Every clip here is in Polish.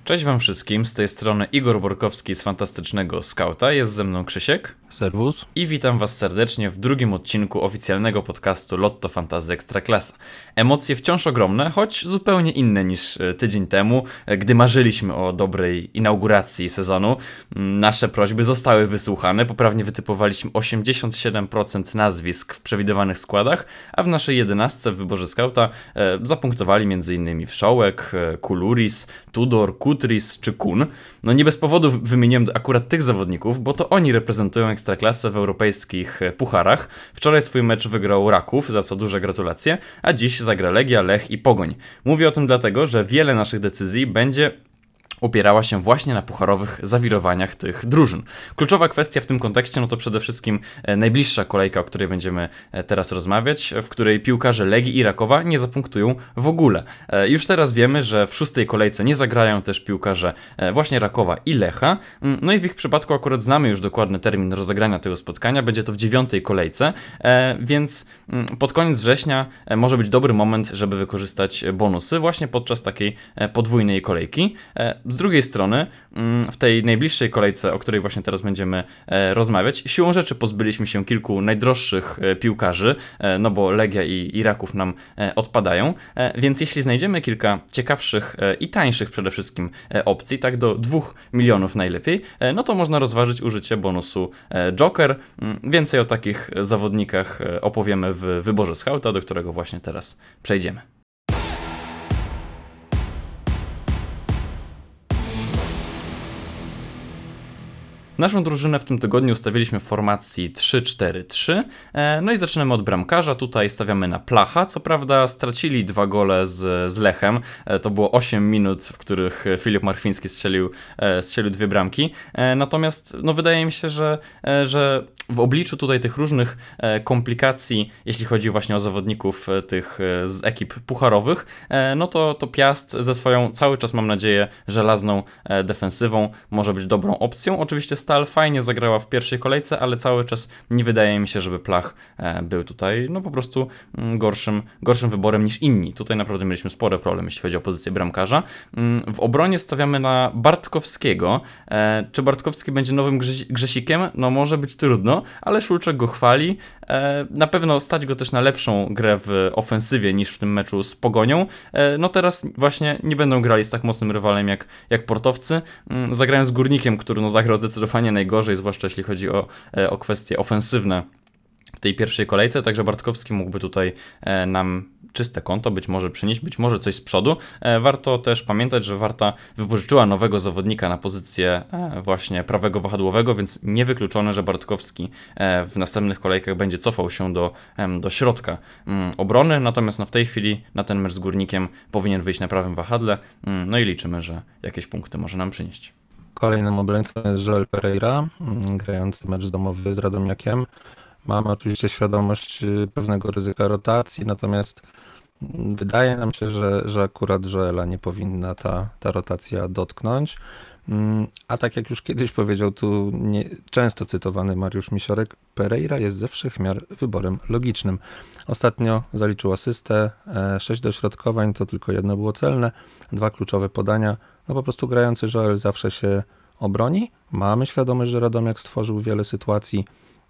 Cześć wam wszystkim, z tej strony Igor Borkowski z Fantastycznego Skauta, jest ze mną Krzysiek. Serwus. I witam was serdecznie w drugim odcinku oficjalnego podcastu Lotto Fantasy Ekstraklasa. Emocje wciąż ogromne, choć zupełnie inne niż tydzień temu, gdy marzyliśmy o dobrej inauguracji sezonu. Nasze prośby zostały wysłuchane, poprawnie wytypowaliśmy 87% nazwisk w przewidywanych składach, a w naszej 11 w wyborze Skauta zapunktowali m.in. Wszołek, Kuluris, Tudor, Kutris czy Kun. No nie bez powodu wymieniłem akurat tych zawodników, bo to oni reprezentują Ekstraklasę w europejskich pucharach. Wczoraj swój mecz wygrał Raków, za co duże gratulacje, a dziś zagra Legia, Lech i Pogoń. Mówię o tym dlatego, że wiele naszych decyzji będzie opierała się właśnie na pucharowych zawirowaniach tych drużyn. Kluczowa kwestia w tym kontekście no to przede wszystkim najbliższa kolejka, o której będziemy teraz rozmawiać, w której piłkarze Legii i Rakowa nie zapunktują w ogóle. Już teraz wiemy, że w szóstej kolejce nie zagrają też piłkarze właśnie Rakowa i Lecha, no i w ich przypadku akurat znamy już dokładny termin rozegrania tego spotkania, będzie to w 9. kolejce, więc pod koniec września może być dobry moment, żeby wykorzystać bonusy właśnie podczas takiej podwójnej kolejki. Z drugiej strony, w tej najbliższej kolejce, o której właśnie teraz będziemy rozmawiać, siłą rzeczy pozbyliśmy się kilku najdroższych piłkarzy, no bo Legia i Raków nam odpadają, więc jeśli znajdziemy kilka ciekawszych i tańszych przede wszystkim opcji, tak do 2 milionów najlepiej, no to można rozważyć użycie bonusu Joker. Więcej o takich zawodnikach opowiemy w wyborze Skauta, do którego właśnie teraz przejdziemy. Naszą drużynę w tym tygodniu ustawiliśmy w formacji 3-4-3, no i zaczynamy od bramkarza, tutaj stawiamy na Placha, co prawda stracili 2 gole z Lechem, to było 8 minut, w których Filip Marchwiński strzelił 2 bramki, natomiast no wydaje mi się, że w obliczu tutaj tych różnych komplikacji, jeśli chodzi właśnie o zawodników tych z ekip pucharowych, no to Piast ze swoją cały czas, mam nadzieję, żelazną defensywą może być dobrą opcją. Oczywiście Stal fajnie zagrała w pierwszej kolejce, ale cały czas nie wydaje mi się, żeby Plach był tutaj no po prostu gorszym wyborem niż inni. Tutaj naprawdę mieliśmy spore problemy, jeśli chodzi o pozycję bramkarza. W obronie stawiamy na Bartkowskiego. Czy Bartkowski będzie nowym Grzesikiem? No może być trudno, ale Szulczek go chwali. Na pewno stać go też na lepszą grę w ofensywie niż w tym meczu z Pogonią. No teraz właśnie nie będą grali z tak mocnym rywalem jak Portowcy. Zagrają z Górnikiem, który no zagrał zdecydowanie najgorzej, zwłaszcza jeśli chodzi o kwestie ofensywne w tej pierwszej kolejce, także Bartkowski mógłby tutaj nam czyste konto być może przynieść, być może coś z przodu. Warto też pamiętać, że Warta wypożyczyła nowego zawodnika na pozycję właśnie prawego wahadłowego, więc niewykluczone, że Bartkowski w następnych kolejkach będzie cofał się do środka obrony, natomiast no w tej chwili na ten mecz z Górnikiem powinien wyjść na prawym wahadle, no i liczymy, że jakieś punkty może nam przynieść. Kolejnym obrońcą jest Joel Pereira, grający mecz domowy z Radomiakiem. Mamy oczywiście świadomość pewnego ryzyka rotacji, natomiast wydaje nam się, że akurat Joela nie powinna ta rotacja dotknąć. A tak jak już kiedyś powiedział tu często cytowany Mariusz Misiorek, Pereira jest ze wszechmiar wyborem logicznym. Ostatnio zaliczył asystę, 6 dośrodkowań, to tylko 1 było celne, 2 kluczowe podania. No po prostu grający Joel zawsze się obroni. Mamy świadomość, że Radomiak stworzył wiele sytuacji,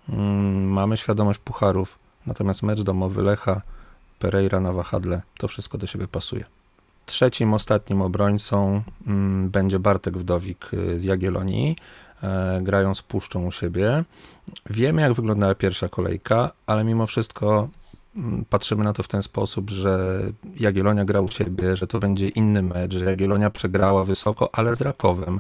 mamy świadomość pucharów, natomiast mecz domowy Lecha, Pereira na wahadle, to wszystko do siebie pasuje. Trzecim, ostatnim obrońcą będzie Bartek Wdowik z Jagiellonii. Grają z Puszczą u siebie. Wiemy, jak wyglądała pierwsza kolejka, ale mimo wszystko patrzymy na to w ten sposób, że Jagiellonia gra u siebie, że to będzie inny mecz, że Jagiellonia przegrała wysoko, ale z Rakowem.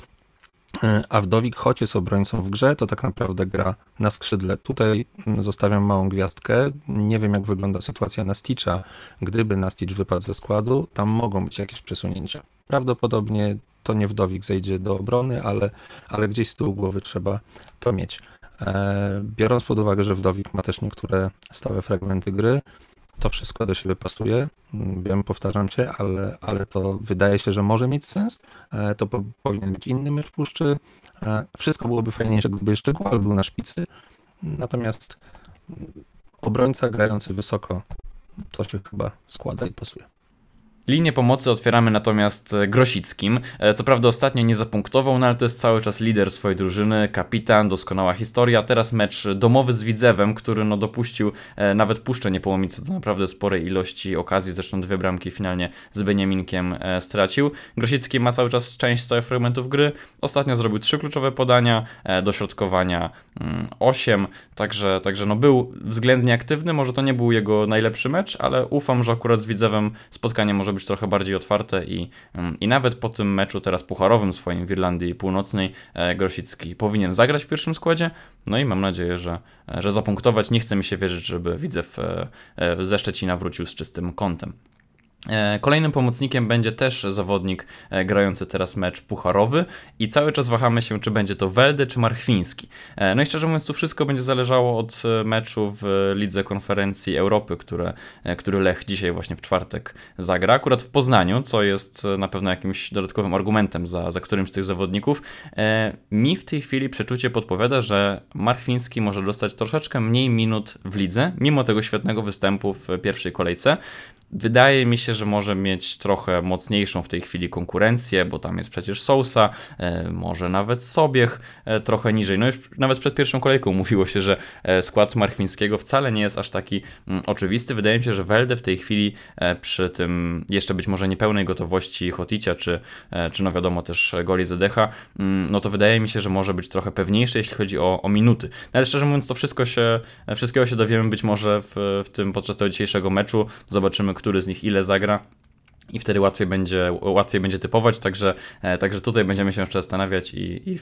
A Wdowik, choć jest obrońcą w grze, to tak naprawdę gra na skrzydle. Tutaj zostawiam małą gwiazdkę. Nie wiem, jak wygląda sytuacja Nasticza. Gdyby Nastić wypadł ze składu, tam mogą być jakieś przesunięcia. Prawdopodobnie to nie Wdowik zejdzie do obrony, ale gdzieś z tyłu głowy trzeba to mieć. Biorąc pod uwagę, że Wdowik ma też niektóre stałe fragmenty gry, to wszystko do siebie pasuje. Wiem, powtarzam się, ale to wydaje się, że może mieć sens. To powinien być inny mecz Puszczy. Wszystko byłoby fajniejsze, gdyby jeszcze Gwal był na szpicy. Natomiast obrońca grający wysoko, to się chyba składa i pasuje. Linię pomocy otwieramy natomiast Grosickim. Co prawda ostatnio nie zapunktował, no ale to jest cały czas lider swojej drużyny, kapitan, doskonała historia. Teraz mecz domowy z Widzewem, który no dopuścił nawet Puszczę Niepołomice do naprawdę sporej ilości okazji, zresztą 2 bramki finalnie z Beniaminkiem stracił. Grosicki ma cały czas część stałych fragmentów gry. Ostatnio zrobił 3 kluczowe podania, dośrodkowania 8, także no był względnie aktywny. Może to nie był jego najlepszy mecz, ale ufam, że akurat z Widzewem spotkanie może być trochę bardziej otwarte i nawet po tym meczu teraz pucharowym swoim w Irlandii Północnej Grosicki powinien zagrać w pierwszym składzie, no i mam nadzieję, że zapunktować. Nie chce mi się wierzyć, żeby Widzew ze Szczecina wrócił z czystym kątem. Kolejnym pomocnikiem będzie też zawodnik grający teraz mecz pucharowy i cały czas wahamy się, czy będzie to Welde, czy Marchwiński. No i szczerze mówiąc, tu wszystko będzie zależało od meczu w Lidze Konferencji Europy, który Lech dzisiaj właśnie w czwartek zagra. Akurat w Poznaniu, co jest na pewno jakimś dodatkowym argumentem za którymś z tych zawodników. Mi w tej chwili przeczucie podpowiada, że Marchwiński może dostać troszeczkę mniej minut w lidze, mimo tego świetnego występu w pierwszej kolejce. Wydaje mi się, że może mieć trochę mocniejszą w tej chwili konkurencję, bo tam jest przecież Sousa, może nawet Sobiech trochę niżej. No już nawet przed pierwszą kolejką mówiło się, że skład Marchwińskiego wcale nie jest aż taki oczywisty. Wydaje mi się, że Welde w tej chwili przy tym jeszcze być może niepełnej gotowości Choticia, czy no wiadomo też goli Zedecha, no to wydaje mi się, że może być trochę pewniejszy, jeśli chodzi o minuty. No ale szczerze mówiąc, to wszystkiego się dowiemy być może podczas tego dzisiejszego meczu. Zobaczymy, który z nich ile zagra i wtedy łatwiej będzie typować, także tutaj będziemy się jeszcze zastanawiać i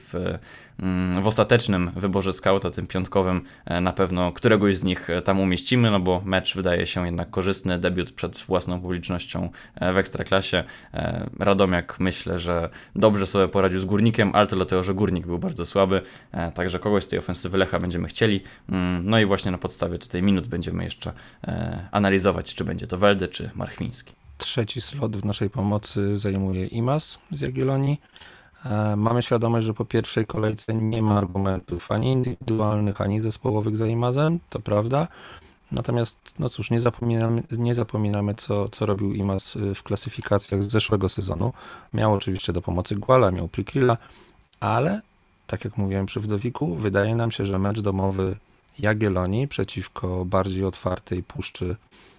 w ostatecznym wyborze skauta, tym piątkowym, na pewno któregoś z nich tam umieścimy, no bo mecz wydaje się jednak korzystny, debiut przed własną publicznością w Ekstraklasie. Radomiak myślę, że dobrze sobie poradził z Górnikiem, ale to dlatego, że Górnik był bardzo słaby, także kogoś z tej ofensywy Lecha będziemy chcieli, no i właśnie na podstawie tutaj minut będziemy jeszcze analizować, czy będzie to Welde, czy Marchwiński. Trzeci slot w naszej pomocy zajmuje Imaz z Jagiellonii. Mamy świadomość, że po pierwszej kolejce nie ma argumentów ani indywidualnych, ani zespołowych za Imazem, to prawda. Natomiast, no cóż, nie zapominamy co robił Imaz w klasyfikacjach z zeszłego sezonu. Miał oczywiście do pomocy Guala, miał Prikrilla, ale, tak jak mówiłem przy Wdowiku, wydaje nam się, że mecz domowy Jagiellonii przeciwko bardziej otwartej Puszczy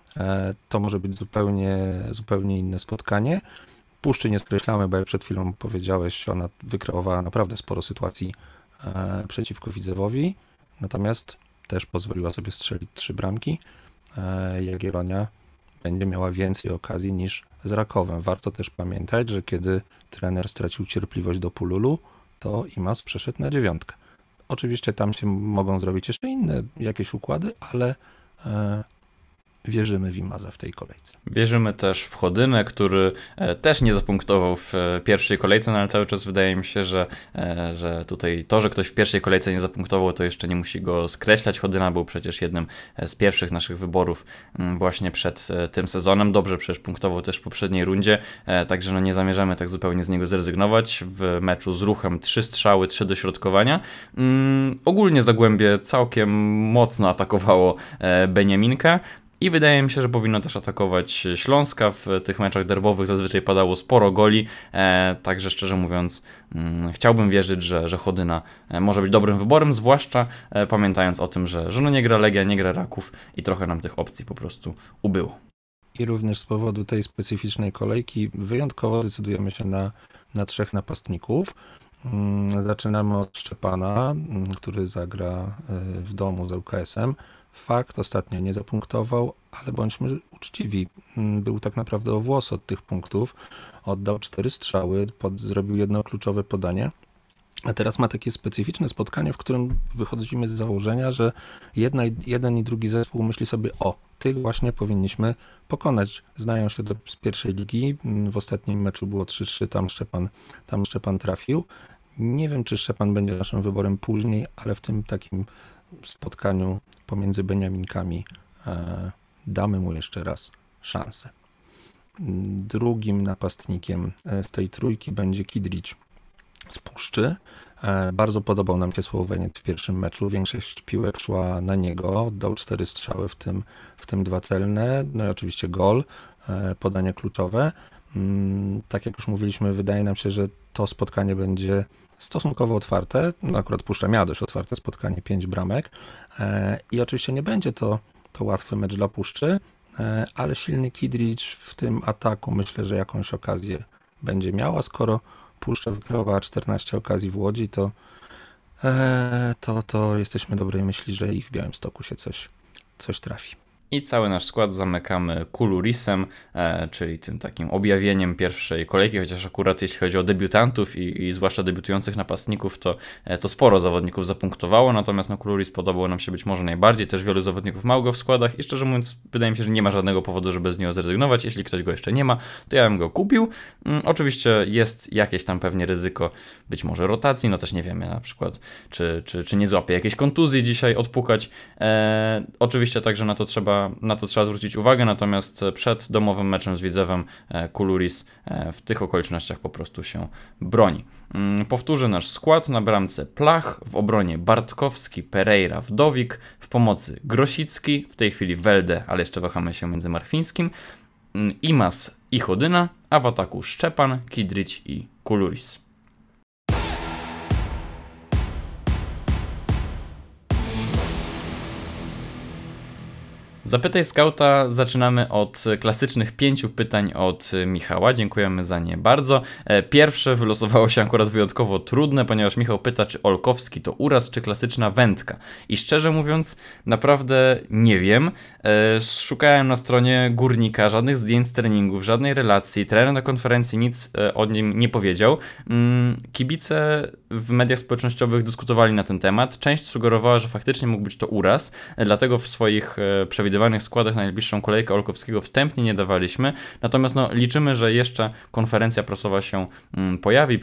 to może być zupełnie inne spotkanie. Puszczy nie skreślamy, bo jak przed chwilą powiedziałeś, ona wykreowała naprawdę sporo sytuacji przeciwko Widzewowi, natomiast też pozwoliła sobie strzelić 3 bramki. Jagiellonia będzie miała więcej okazji niż z Rakowem. Warto też pamiętać, że kiedy trener stracił cierpliwość do Pululu, to Imaz przeszedł na 9. Oczywiście tam się mogą zrobić jeszcze inne jakieś układy, ale wierzymy w Imaza w tej kolejce. Wierzymy też w Chodynę, który też nie zapunktował w pierwszej kolejce, no ale cały czas wydaje mi się, że tutaj to, że ktoś w pierwszej kolejce nie zapunktował, to jeszcze nie musi go skreślać. Chodyna był przecież jednym z pierwszych naszych wyborów właśnie przed tym sezonem. Dobrze przecież punktował też w poprzedniej rundzie, także no nie zamierzamy tak zupełnie z niego zrezygnować. W meczu z Ruchem 3 strzały, 3 dośrodkowania. Ogólnie Zagłębie całkiem mocno atakowało Beniaminka. I wydaje mi się, że powinno też atakować Śląska. W tych meczach derbowych zazwyczaj padało sporo goli, także szczerze mówiąc chciałbym wierzyć, że Chodyna może być dobrym wyborem, zwłaszcza pamiętając o tym, że no nie gra Legia, nie gra Raków i trochę nam tych opcji po prostu ubyło. I również z powodu tej specyficznej kolejki wyjątkowo decydujemy się na 3 napastników. Zaczynamy od Szczepana, który zagra w domu z ŁKS-em. Fakt, ostatnio nie zapunktował, ale bądźmy uczciwi, był tak naprawdę o włos od tych punktów, oddał 4 strzały, zrobił jedno kluczowe podanie, a teraz ma takie specyficzne spotkanie, w którym wychodzimy z założenia, że jeden i drugi zespół myśli sobie, tych właśnie powinniśmy pokonać. Znają się z pierwszej ligi, w ostatnim meczu było 3-3, tam Szczepan trafił. Nie wiem, czy Szczepan będzie naszym wyborem później, ale w tym takim spotkaniu pomiędzy Beniaminkami damy mu jeszcze raz szansę. Drugim napastnikiem z tej trójki będzie Kidrić, z Puszczy. Bardzo podobał nam się Słoweniec w pierwszym meczu. Większość piłek szła na niego. Dał 4 strzały, w tym 2 celne. No i oczywiście gol, podanie kluczowe. Tak jak już mówiliśmy, wydaje nam się, że to spotkanie będzie stosunkowo otwarte. No akurat Puszcza miała dość otwarte spotkanie, 5 bramek. I oczywiście nie będzie to łatwy mecz dla Puszczy, ale silny Kidrić w tym ataku myślę, że jakąś okazję będzie miała. Skoro Puszcza wygrała 14 okazji w Łodzi, to jesteśmy dobrej myśli, że i w Białymstoku się coś trafi. I cały nasz skład zamykamy Kulurisem, czyli tym takim objawieniem pierwszej kolejki, chociaż akurat jeśli chodzi o debiutantów i zwłaszcza debiutujących napastników, to sporo zawodników zapunktowało, natomiast Kuluris podobał nam się być może najbardziej, też wielu zawodników mało go w składach i szczerze mówiąc wydaje mi się, że nie ma żadnego powodu, żeby z niego zrezygnować. Jeśli ktoś go jeszcze nie ma, to ja bym go kupił. Oczywiście jest jakieś tam pewnie ryzyko być może rotacji, no też nie wiemy na przykład, czy nie złapie jakiejś kontuzji dzisiaj odpukać. Oczywiście także na to trzeba zwrócić uwagę, natomiast przed domowym meczem z Widzewem Kuluris w tych okolicznościach po prostu się broni. Powtórzę nasz skład: na bramce Plach, w obronie Bartkowski, Pereira, Wdowik, w pomocy Grosicki, w tej chwili Welde, ale jeszcze wahamy się między Marfińskim, Imas i Chodyna, a w ataku Szczepan, Kidrić i Kuluris. Zapytaj Skauta zaczynamy od klasycznych 5 pytań od Michała. Dziękujemy za nie bardzo. Pierwsze wylosowało się akurat wyjątkowo trudne, ponieważ Michał pyta, czy Olkowski to uraz, czy klasyczna wędka. I szczerze mówiąc, naprawdę nie wiem. Szukałem na stronie Górnika żadnych zdjęć z treningów, żadnej relacji. Trener na konferencji nic o nim nie powiedział. Kibice w mediach społecznościowych dyskutowali na ten temat. Część sugerowała, że faktycznie mógł być to uraz, dlatego w swoich przewidywanych składach na najbliższą kolejkę Olkowskiego wstępnie nie dawaliśmy. Natomiast liczymy, że jeszcze konferencja prasowa się pojawi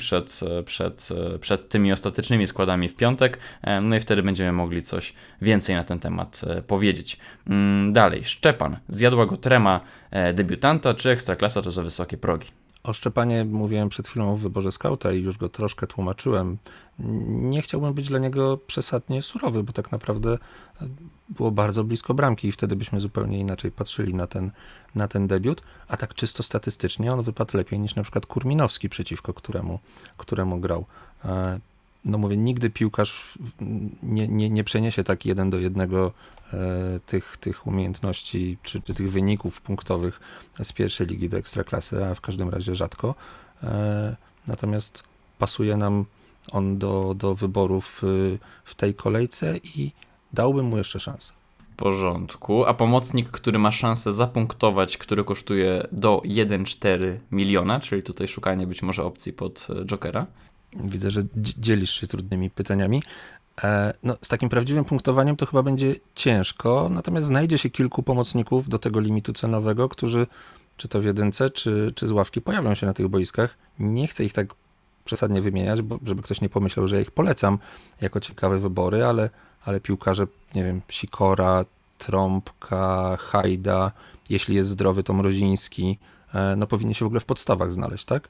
przed tymi ostatecznymi składami w piątek. No i wtedy będziemy mogli coś więcej na ten temat powiedzieć. Dalej, Szczepan. Zjadła go trema debiutanta, czy Ekstraklasa to za wysokie progi? O Szczepanie mówiłem przed chwilą w wyborze skauta i już go troszkę tłumaczyłem. Nie chciałbym być dla niego przesadnie surowy, bo tak naprawdę było bardzo blisko bramki i wtedy byśmy zupełnie inaczej patrzyli na ten debiut, a tak czysto statystycznie on wypadł lepiej niż na przykład Kurminowski, przeciwko któremu grał. No mówię, nigdy piłkarz nie przeniesie tak 1:1 tych umiejętności czy tych wyników punktowych z pierwszej ligi do Ekstraklasy, a w każdym razie rzadko. Natomiast pasuje nam on do wyborów w tej kolejce i dałbym mu jeszcze szansę. W porządku. A pomocnik, który ma szansę zapunktować, który kosztuje do 1,4 miliona, czyli tutaj szukanie być może opcji pod Jokera? Widzę, że dzielisz się trudnymi pytaniami. No, z takim prawdziwym punktowaniem to chyba będzie ciężko, natomiast znajdzie się kilku pomocników do tego limitu cenowego, którzy czy to w jedynce, czy z ławki pojawią się na tych boiskach. Nie chcę ich tak przesadnie wymieniać, bo żeby ktoś nie pomyślał, że ja ich polecam jako ciekawe wybory, ale piłkarze, nie wiem, Sikora, Trąbka, Hajda, jeśli jest zdrowy, to Mroziński, no powinni się w ogóle w podstawach znaleźć, tak?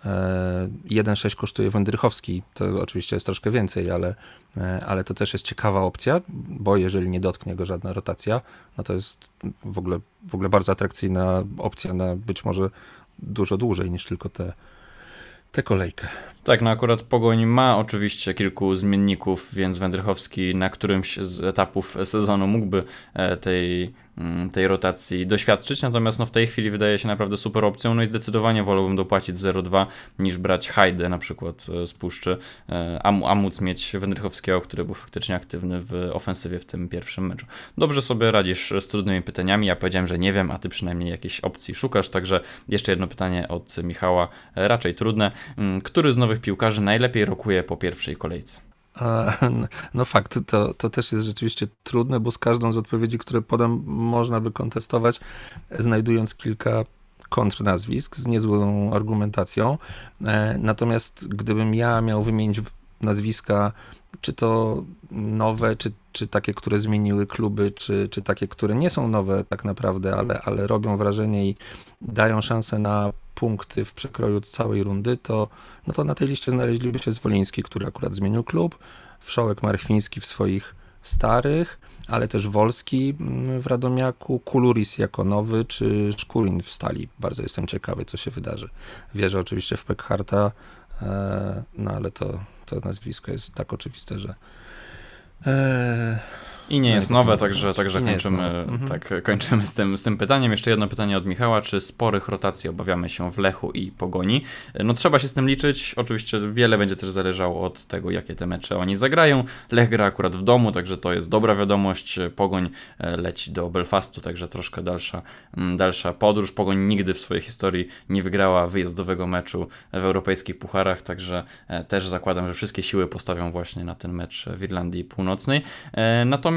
1,6 kosztuje Wędrychowski, to oczywiście jest troszkę więcej, ale to też jest ciekawa opcja, bo jeżeli nie dotknie go żadna rotacja, no to jest w ogóle bardzo atrakcyjna opcja na być może dużo dłużej niż tylko tę kolejkę. Tak, no akurat Pogoń ma oczywiście kilku zmienników, więc Wędrychowski na którymś z etapów sezonu mógłby tej rotacji doświadczyć, natomiast w tej chwili wydaje się naprawdę super opcją, no i zdecydowanie wolałbym dopłacić 0,2 niż brać Hajdę na przykład z Puszczy, a móc mieć Wędrychowskiego, który był faktycznie aktywny w ofensywie w tym pierwszym meczu. Dobrze sobie radzisz z trudnymi pytaniami, ja powiedziałem, że nie wiem, a ty przynajmniej jakiejś opcji szukasz, także jeszcze jedno pytanie od Michała, raczej trudne. Który z nowych piłkarzy najlepiej rokuje po pierwszej kolejce? No fakt, to też jest rzeczywiście trudne, bo z każdą z odpowiedzi, które podam, można by kontestować, znajdując kilka kontrnazwisk z niezłą argumentacją. Natomiast gdybym ja miał wymienić nazwiska, czy to nowe, czy takie, które zmieniły kluby, czy takie, które nie są nowe tak naprawdę, ale robią wrażenie i dają szansę na punkty w przekroju całej rundy, no to na tej liście znaleźliby się Zwoliński, który akurat zmienił klub, Wszołek Marchwiński w swoich starych, ale też Wolski w Radomiaku, Kuluris jako nowy, czy Szkurin w Stali. Bardzo jestem ciekawy, co się wydarzy. Wierzę oczywiście w Pekharta, no ale to nazwisko jest tak oczywiste, że... I nie jest nowe, także kończymy z tym pytaniem. Jeszcze jedno pytanie od Michała. Czy sporych rotacji obawiamy się w Lechu i Pogoni? No trzeba się z tym liczyć. Oczywiście wiele będzie też zależało od tego, jakie te mecze oni zagrają. Lech gra akurat w domu, także to jest dobra wiadomość. Pogoń leci do Belfastu, także troszkę dalsza podróż. Pogoń nigdy w swojej historii nie wygrała wyjazdowego meczu w europejskich pucharach, także też zakładam, że wszystkie siły postawią właśnie na ten mecz w Irlandii Północnej. Natomiast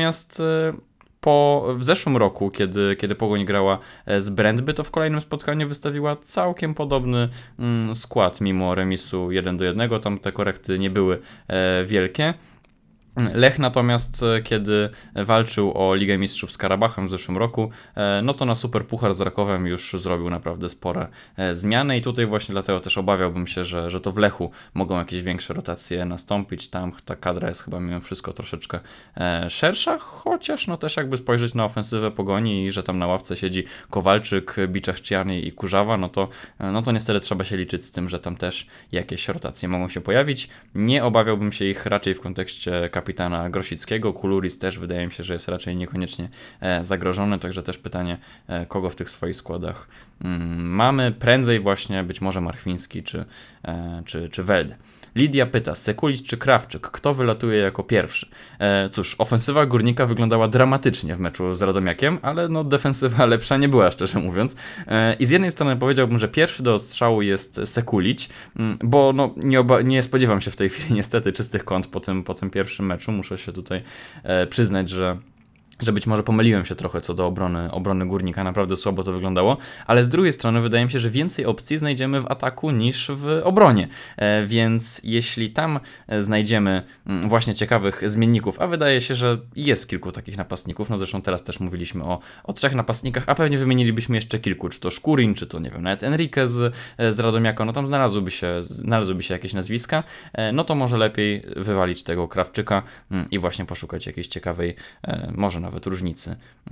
w zeszłym roku, kiedy Pogoń grała z Brentby, to w kolejnym spotkaniu wystawiła całkiem podobny skład, mimo remisu 1-1, tam te korekty nie były wielkie. Lech natomiast, kiedy walczył o Ligę Mistrzów z Karabachem w zeszłym roku, no to na Superpuchar z Rakowem już zrobił naprawdę spore zmiany i tutaj właśnie dlatego też obawiałbym się, że to w Lechu mogą jakieś większe rotacje nastąpić. Tam ta kadra jest chyba mimo wszystko troszeczkę szersza, chociaż no też jakby spojrzeć na ofensywę Pogoni i że tam na ławce siedzi Kowalczyk, Biczach-Ściany i Kurzawa, no to niestety trzeba się liczyć z tym, że tam też jakieś rotacje mogą się pojawić. Nie obawiałbym się ich raczej w kontekście kapitana Grosickiego. Kuluris też wydaje mi się, że jest raczej niekoniecznie zagrożony, także też pytanie, kogo w tych swoich składach mamy. Prędzej właśnie być może Marchwiński czy Welde. Lidia pyta, Sekulic czy Krawczyk? Kto wylatuje jako pierwszy? Cóż, ofensywa Górnika wyglądała dramatycznie w meczu z Radomiakiem, ale no defensywa lepsza nie była, szczerze mówiąc. I z jednej strony powiedziałbym, że pierwszy do odstrzału jest Sekulic, bo no nie spodziewam się w tej chwili niestety czystych kąt po tym pierwszym meczu. Muszę się tutaj przyznać, że być może pomyliłem się trochę co do obrony Górnika, naprawdę słabo to wyglądało, ale z drugiej strony wydaje mi się, że więcej opcji znajdziemy w ataku niż w obronie, więc jeśli tam znajdziemy właśnie ciekawych zmienników, a wydaje się, że jest kilku takich napastników, no zresztą teraz też mówiliśmy o 3 napastnikach, a pewnie wymienilibyśmy jeszcze kilku, czy to Szkurin, czy to nie wiem, nawet Enrique z Radomiaka, no tam znalazłyby się jakieś nazwiska, no to może lepiej wywalić tego Krawczyka i właśnie poszukać jakiejś ciekawej, może nawet różnicy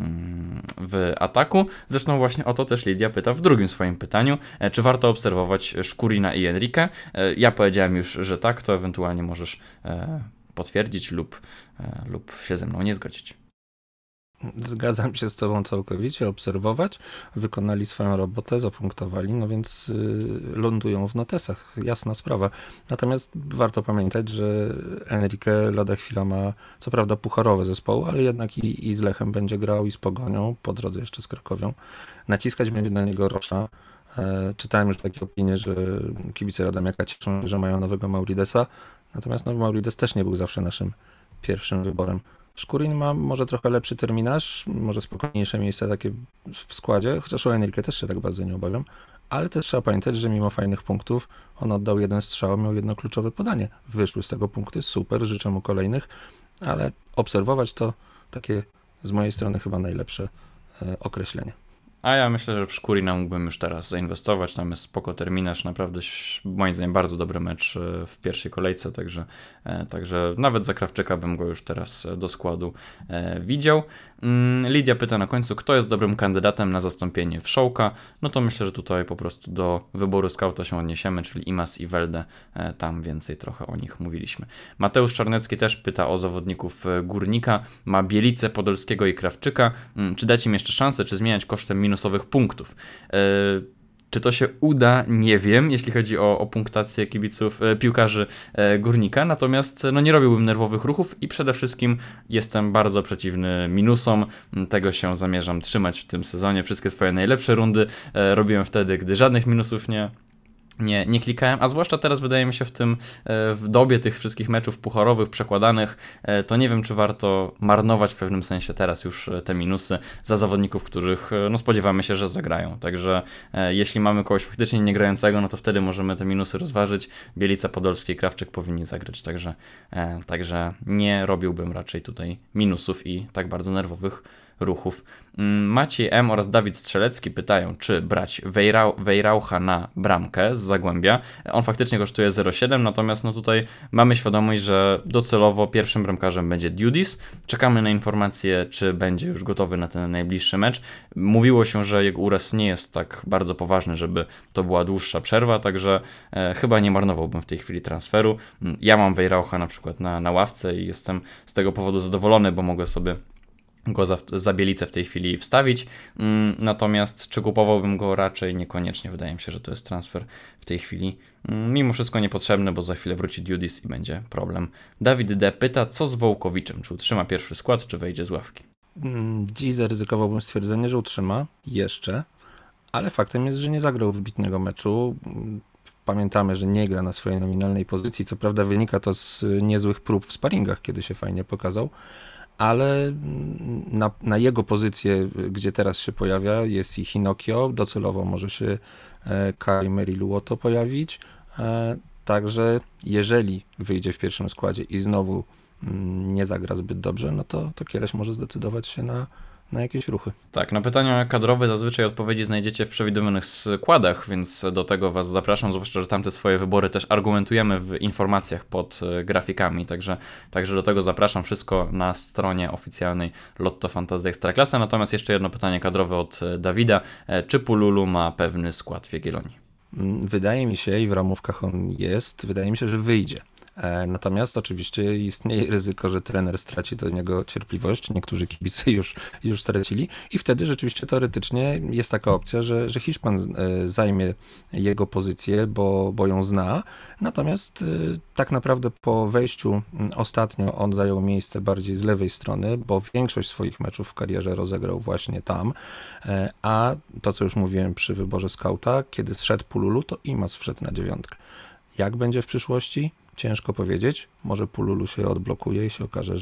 w ataku. Zresztą właśnie o to też Lidia pyta w drugim swoim pytaniu, czy warto obserwować Szkurina i Enrique. Ja powiedziałem już, że tak, to ewentualnie możesz potwierdzić lub się ze mną nie zgodzić. Zgadzam się z tobą całkowicie, obserwować, wykonali swoją robotę, zapunktowali, no więc lądują w notesach, jasna sprawa. Natomiast warto pamiętać, że Enrique lada chwila ma co prawda pucharowe zespoły, ale jednak i z Lechem będzie grał i z Pogonią, po drodze jeszcze z Krakowią. Naciskać będzie na niego Rosza. Czytałem już takie opinie, że kibice Radomiaka cieszą się, że mają nowego Mauridesa, natomiast nowy Maurides też nie był zawsze naszym pierwszym wyborem. Szkurin ma może trochę lepszy terminarz, może spokojniejsze miejsca takie w składzie, chociaż o Enrique też się tak bardzo nie obawiam, ale też trzeba pamiętać, że mimo fajnych punktów on oddał 1 strzał, miał 1 kluczowe podanie. Wyszły z tego punkty, super, życzę mu kolejnych, ale obserwować to takie z mojej strony chyba najlepsze określenie. A ja myślę, że w Szkurina mógłbym już teraz zainwestować, tam jest spoko terminarz, naprawdę moim zdaniem bardzo dobry mecz w pierwszej kolejce, także nawet za Krawczyka bym go już teraz do składu widział. Lidia pyta na końcu, kto jest dobrym kandydatem na zastąpienie Wszołka, no to myślę, że tutaj po prostu do wyboru skauta się odniesiemy, czyli Imas i Welde, tam więcej trochę o nich mówiliśmy. Mateusz Czarnecki też pyta o zawodników Górnika, ma Bielicę, Podolskiego i Krawczyka, czy dać im jeszcze szansę, czy zmieniać kosztem minusowych punktów. Czy to się uda? Nie wiem, jeśli chodzi o punktację piłkarzy Górnika, natomiast no, nie robiłbym nerwowych ruchów i przede wszystkim jestem bardzo przeciwny minusom. Tego się zamierzam trzymać w tym sezonie. Wszystkie swoje najlepsze rundy robiłem wtedy, gdy żadnych minusów nie klikałem, a zwłaszcza teraz wydaje mi się w dobie tych wszystkich meczów pucharowych przekładanych, to nie wiem, czy warto marnować w pewnym sensie teraz już te minusy za zawodników, których no spodziewamy się, że zagrają. Także jeśli mamy kogoś faktycznie niegrającego, no to wtedy możemy te minusy rozważyć. Bielica, Podolski i Krawczyk powinni zagrać, także nie robiłbym raczej tutaj minusów i tak bardzo nerwowych ruchów. Maciej M. oraz Dawid Strzelecki pytają, czy brać Wejraucha na bramkę z Zagłębia. On faktycznie kosztuje 0,7, natomiast no tutaj mamy świadomość, że docelowo pierwszym bramkarzem będzie Dudis. Czekamy na informację, czy będzie już gotowy na ten najbliższy mecz. Mówiło się, że jego uraz nie jest tak bardzo poważny, żeby to była dłuższa przerwa, także chyba nie marnowałbym w tej chwili transferu. Ja mam Wejraucha na przykład na ławce i jestem z tego powodu zadowolony, bo mogę sobie go za Bielicę w tej chwili wstawić, natomiast czy kupowałbym go raczej niekoniecznie, wydaje mi się, że to jest transfer w tej chwili mimo wszystko niepotrzebny, bo za chwilę wróci Dudis i będzie problem. Dawid D. pyta, co z Wołkowiczem, czy utrzyma pierwszy skład, czy wejdzie z ławki? Dziś zaryzykowałbym stwierdzenie, że utrzyma jeszcze, ale faktem jest, że nie zagrał wybitnego meczu. Pamiętamy, że nie gra na swojej nominalnej pozycji, co prawda wynika to z niezłych prób w sparingach, kiedy się fajnie pokazał, ale na jego pozycję, gdzie teraz się pojawia, jest i Hinokio, docelowo może się Kai Meriluoto pojawić, także jeżeli wyjdzie w pierwszym składzie i znowu nie zagra zbyt dobrze, no to Kieleś może zdecydować się na jakieś ruchy. Tak, na pytania kadrowe zazwyczaj odpowiedzi znajdziecie w przewidywanych składach, więc do tego Was zapraszam, zwłaszcza, że tamte swoje wybory też argumentujemy w informacjach pod grafikami, także do tego zapraszam, wszystko na stronie oficjalnej Lotto Fantasy Ekstraklasa. Natomiast jeszcze jedno pytanie kadrowe od Dawida, czy Pululu ma pewny skład w Jagiellonii? Wydaje mi się, i w ramówkach on jest, wydaje mi się, że wyjdzie. Natomiast oczywiście istnieje ryzyko, że trener straci do niego cierpliwość. Niektórzy kibice już stracili i wtedy rzeczywiście teoretycznie jest taka opcja, że Hiszpan zajmie jego pozycję, bo ją zna. Natomiast tak naprawdę po wejściu ostatnio on zajął miejsce bardziej z lewej strony, bo większość swoich meczów w karierze rozegrał właśnie tam. A to, co już mówiłem przy wyborze skauta, kiedy zszedł Pululu, to Imaz wszedł na 9. Jak będzie w przyszłości? Ciężko powiedzieć. Może Pululu się odblokuje i się okaże,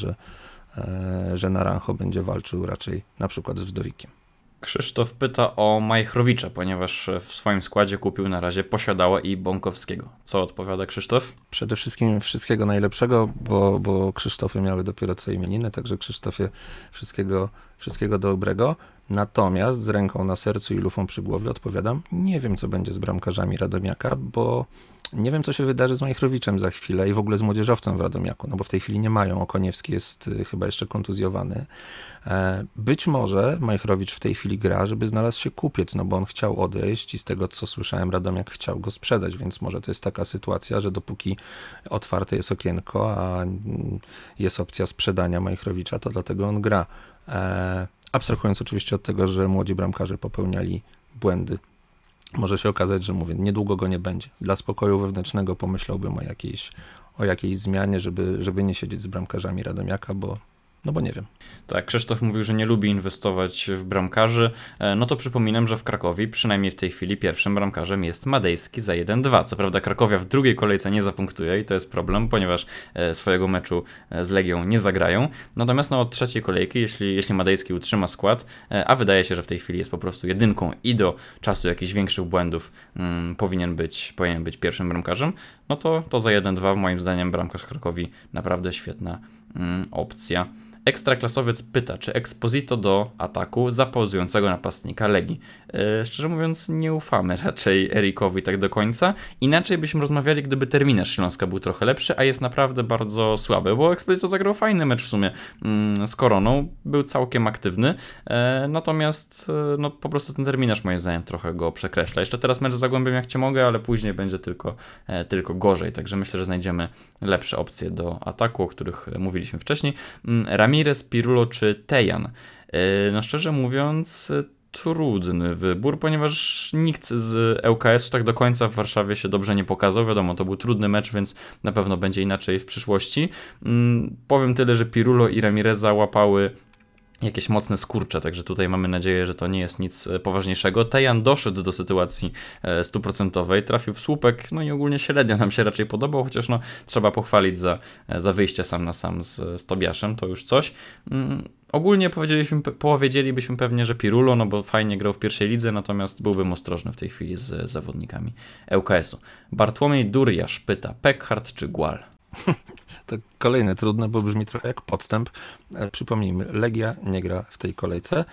że Naranjo będzie walczył raczej na przykład z Wdowikiem. Krzysztof pyta o Majchrowicza, ponieważ w swoim składzie kupił na razie Posiadała i Bąkowskiego. Co odpowiada Krzysztof? Przede wszystkim wszystkiego najlepszego, bo Krzysztofy miały dopiero co imieniny, także Krzysztofie wszystkiego dobrego. Natomiast z ręką na sercu i lufą przy głowie odpowiadam, nie wiem, co będzie z bramkarzami Radomiaka, bo nie wiem, co się wydarzy z Majchrowiczem za chwilę i w ogóle z młodzieżowcem w Radomiaku, no bo w tej chwili nie mają. Okoniewski jest chyba jeszcze kontuzjowany. Być może Majchrowicz w tej chwili gra, żeby znalazł się kupiec, no bo on chciał odejść i z tego, co słyszałem, Radomiak chciał go sprzedać, więc może to jest taka sytuacja, że dopóki otwarte jest okienko, a jest opcja sprzedania Majchrowicza, to dlatego on gra. Abstrahując oczywiście od tego, że młodzi bramkarze popełniali błędy. Może się okazać, że mówię, niedługo go nie będzie. Dla spokoju wewnętrznego pomyślałbym o jakiejś zmianie, żeby nie siedzieć z bramkarzami Radomiaka, bo nie wiem. Tak, Krzysztof mówił, że nie lubi inwestować w bramkarzy. No to przypominam, że w Krakowie, przynajmniej w tej chwili, pierwszym bramkarzem jest Madejski za 1-2. Co prawda Krakowia w drugiej kolejce nie zapunktuje i to jest problem, ponieważ swojego meczu z Legią nie zagrają. Natomiast od trzeciej kolejki, jeśli Madejski utrzyma skład, a wydaje się, że w tej chwili jest po prostu jedynką i do czasu jakichś większych błędów powinien być pierwszym bramkarzem, no to za 1-2 moim zdaniem bramkarz Krakowi naprawdę świetna opcja. Ekstraklasowiec pyta, czy Exposito do ataku za pauzującego napastnika Legii. Szczerze mówiąc, nie ufamy raczej Erikowi tak do końca. Inaczej byśmy rozmawiali, gdyby terminarz Śląska był trochę lepszy, a jest naprawdę bardzo słaby, bo Exposito zagrał fajny mecz w sumie z Koroną, był całkiem aktywny, natomiast po prostu ten terminarz moim zdaniem trochę go przekreśla. Jeszcze teraz mecz z Zagłębiem jak cię mogę, ale później będzie tylko gorzej, także myślę, że znajdziemy lepsze opcje do ataku, o których mówiliśmy wcześniej. Ramirez, Pirulo czy Tejan? No szczerze mówiąc, trudny wybór, ponieważ nikt z ŁKS-u tak do końca w Warszawie się dobrze nie pokazał. Wiadomo, to był trudny mecz, więc na pewno będzie inaczej w przyszłości. Powiem tyle, że Pirulo i Ramireza łapały jakieś mocne skurcze, także tutaj mamy nadzieję, że to nie jest nic poważniejszego. Tejan doszedł do sytuacji 100%, trafił w słupek, no i ogólnie średnio nam się raczej podobał, chociaż trzeba pochwalić za wyjście sam na sam z Tobiaszem, to już coś. Ogólnie powiedzielibyśmy pewnie, że Pirulo, no bo fajnie grał w pierwszej lidze, natomiast byłbym ostrożny w tej chwili z zawodnikami ŁKS-u. Bartłomiej Durjasz pyta, Pekhart czy Gual? To kolejne trudne, bo brzmi trochę jak podstęp. Przypomnijmy, Legia nie gra w tej kolejce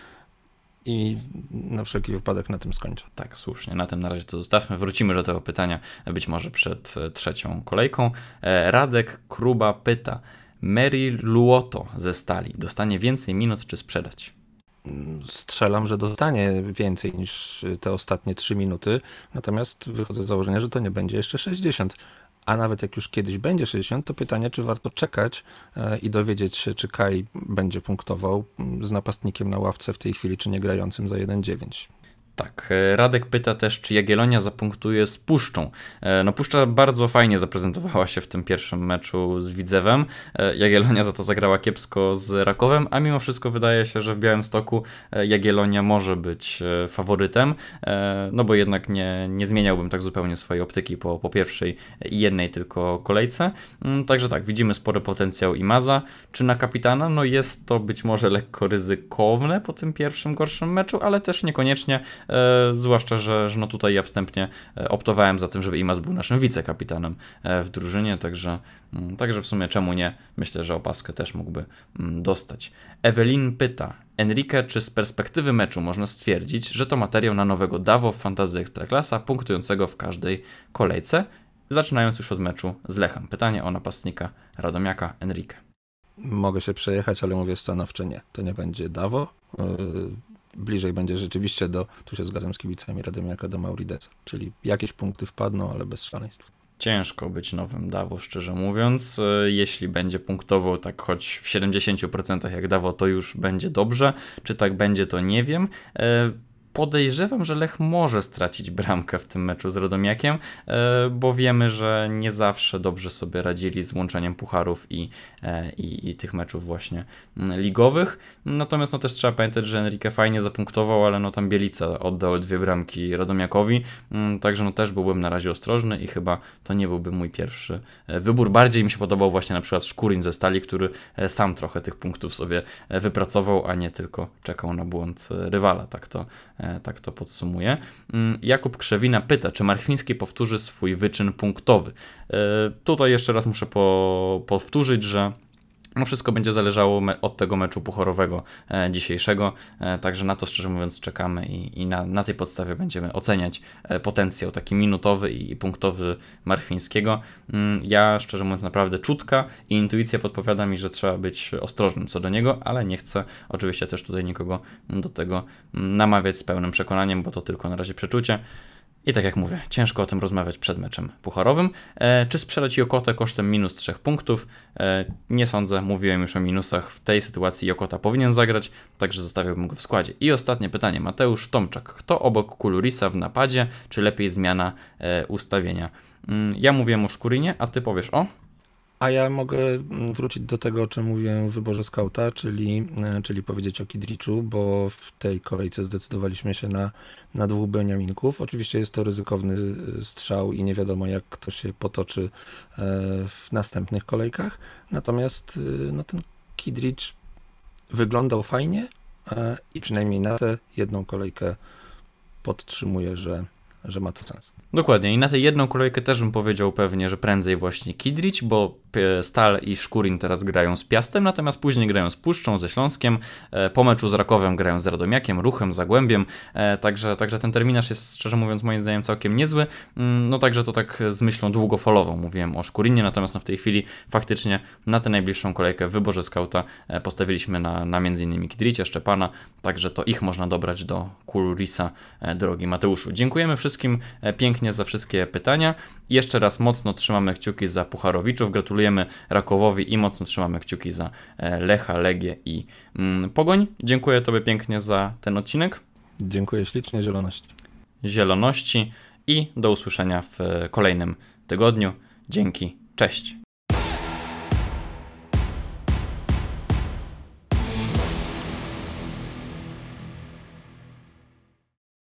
i na wszelki wypadek na tym skończę. Tak, słusznie, na tym na razie to zostawmy. Wrócimy do tego pytania być może przed trzecią kolejką. Radek Kruba pyta, Mary Luoto ze Stali dostanie więcej minut czy sprzedać? Strzelam, że dostanie więcej niż te ostatnie 3 minuty, natomiast wychodzę z założenia, że to nie będzie jeszcze 60. A nawet jak już kiedyś będzie 60, to pytanie, czy warto czekać i dowiedzieć się, czy Kai będzie punktował z napastnikiem na ławce w tej chwili, czy nie grającym za 1,9. Tak, Radek pyta też, czy Jagiellonia zapunktuje z Puszczą. No Puszcza bardzo fajnie zaprezentowała się w tym pierwszym meczu z Widzewem. Jagiellonia za to zagrała kiepsko z Rakowem, a mimo wszystko wydaje się, że w Białymstoku Jagiellonia może być faworytem, no bo jednak nie zmieniałbym tak zupełnie swojej optyki po pierwszej i jednej tylko kolejce. Także tak, widzimy spory potencjał Imaza. Czy na kapitana? No jest to być może lekko ryzykowne po tym pierwszym gorszym meczu, ale też niekoniecznie. Zwłaszcza, że no tutaj ja wstępnie optowałem za tym, żeby Imaz był naszym wicekapitanem w drużynie, także w sumie czemu nie? Myślę, że opaskę też mógłby dostać. Ewelin pyta, Enrique, czy z perspektywy meczu można stwierdzić, że to materiał na nowego Dawo w Fantasy Ekstraklasa, punktującego w każdej kolejce, zaczynając już od meczu z Lechem? Pytanie o napastnika Radomiaka Enrique. Mogę się przejechać, ale mówię stanowcze nie. To nie będzie Dawo. Bliżej będzie rzeczywiście tu się zgadzam z kibicami Radomiaka, do Maurideca. Czyli jakieś punkty wpadną, ale bez szaleństw. Ciężko być nowym Dawo, szczerze mówiąc. Jeśli będzie punktował tak choć w 70% jak Dawo, to już będzie dobrze. Czy tak będzie, to nie wiem. Podejrzewam, że Lech może stracić bramkę w tym meczu z Radomiakiem, bo wiemy, że nie zawsze dobrze sobie radzili z łączeniem pucharów i tych meczów właśnie ligowych. Natomiast no też trzeba pamiętać, że Enrique fajnie zapunktował, ale no tam Bielica oddał 2 bramki Radomiakowi, także no też byłbym na razie ostrożny i chyba to nie byłby mój pierwszy wybór. Bardziej mi się podobał właśnie na przykład Szkurin ze Stali, który sam trochę tych punktów sobie wypracował, a nie tylko czekał na błąd rywala. Tak to podsumuję. Jakub Krzewina pyta, czy Marchwiński powtórzy swój wyczyn punktowy. Tutaj jeszcze raz muszę powtórzyć, że no wszystko będzie zależało od tego meczu pucharowego dzisiejszego, także na to szczerze mówiąc czekamy i na tej podstawie będziemy oceniać potencjał taki minutowy i punktowy Marchwińskiego. Ja szczerze mówiąc naprawdę czutka i intuicja podpowiada mi, że trzeba być ostrożnym co do niego, ale nie chcę oczywiście też tutaj nikogo do tego namawiać z pełnym przekonaniem, bo to tylko na razie przeczucie. I tak jak mówię, ciężko o tym rozmawiać przed meczem pucharowym. Czy sprzedać Jokotę kosztem minus 3 punktów? Nie sądzę, mówiłem już o minusach. W tej sytuacji Jokota powinien zagrać, także zostawiłbym go w składzie. I ostatnie pytanie, Mateusz Tomczak. Kto obok Kulurisa w napadzie, czy lepiej zmiana ustawienia? Ja mówiłem o Szkurinie, a ty powiesz o? A ja mogę wrócić do tego, o czym mówiłem w wyborze skauta, czyli powiedzieć o Kidriczu, bo w tej kolejce zdecydowaliśmy się na 2 Beniaminków. Oczywiście jest to ryzykowny strzał i nie wiadomo, jak to się potoczy w następnych kolejkach. Natomiast no, ten Kidricz wyglądał fajnie i przynajmniej na tę jedną kolejkę podtrzymuję, że ma to sens. Dokładnie i na tę jedną kolejkę też bym powiedział pewnie, że prędzej właśnie Kidricz, bo Stal i Szkurin teraz grają z Piastem, natomiast później grają z Puszczą, ze Śląskiem, po meczu z Rakowem grają z Radomiakiem, Ruchem, Zagłębiem, także ten terminarz jest szczerze mówiąc moim zdaniem całkiem niezły, no także to tak z myślą długofalową mówiłem o Szkurinie, natomiast no w tej chwili faktycznie na tę najbliższą kolejkę w wyborze skauta postawiliśmy na m.in. Kidricie, Szczepana, także to ich można dobrać do Kulurisa, drogi Mateuszu. Dziękujemy wszystkim pięknie za wszystkie pytania. Jeszcze raz mocno trzymamy kciuki za Pucharowiczów, gratulujemy Rakowowi i mocno trzymamy kciuki za Lecha, Legię i Pogoń. Dziękuję Tobie pięknie za ten odcinek. Dziękuję ślicznie, Zieloności i do usłyszenia w kolejnym tygodniu. Dzięki, cześć.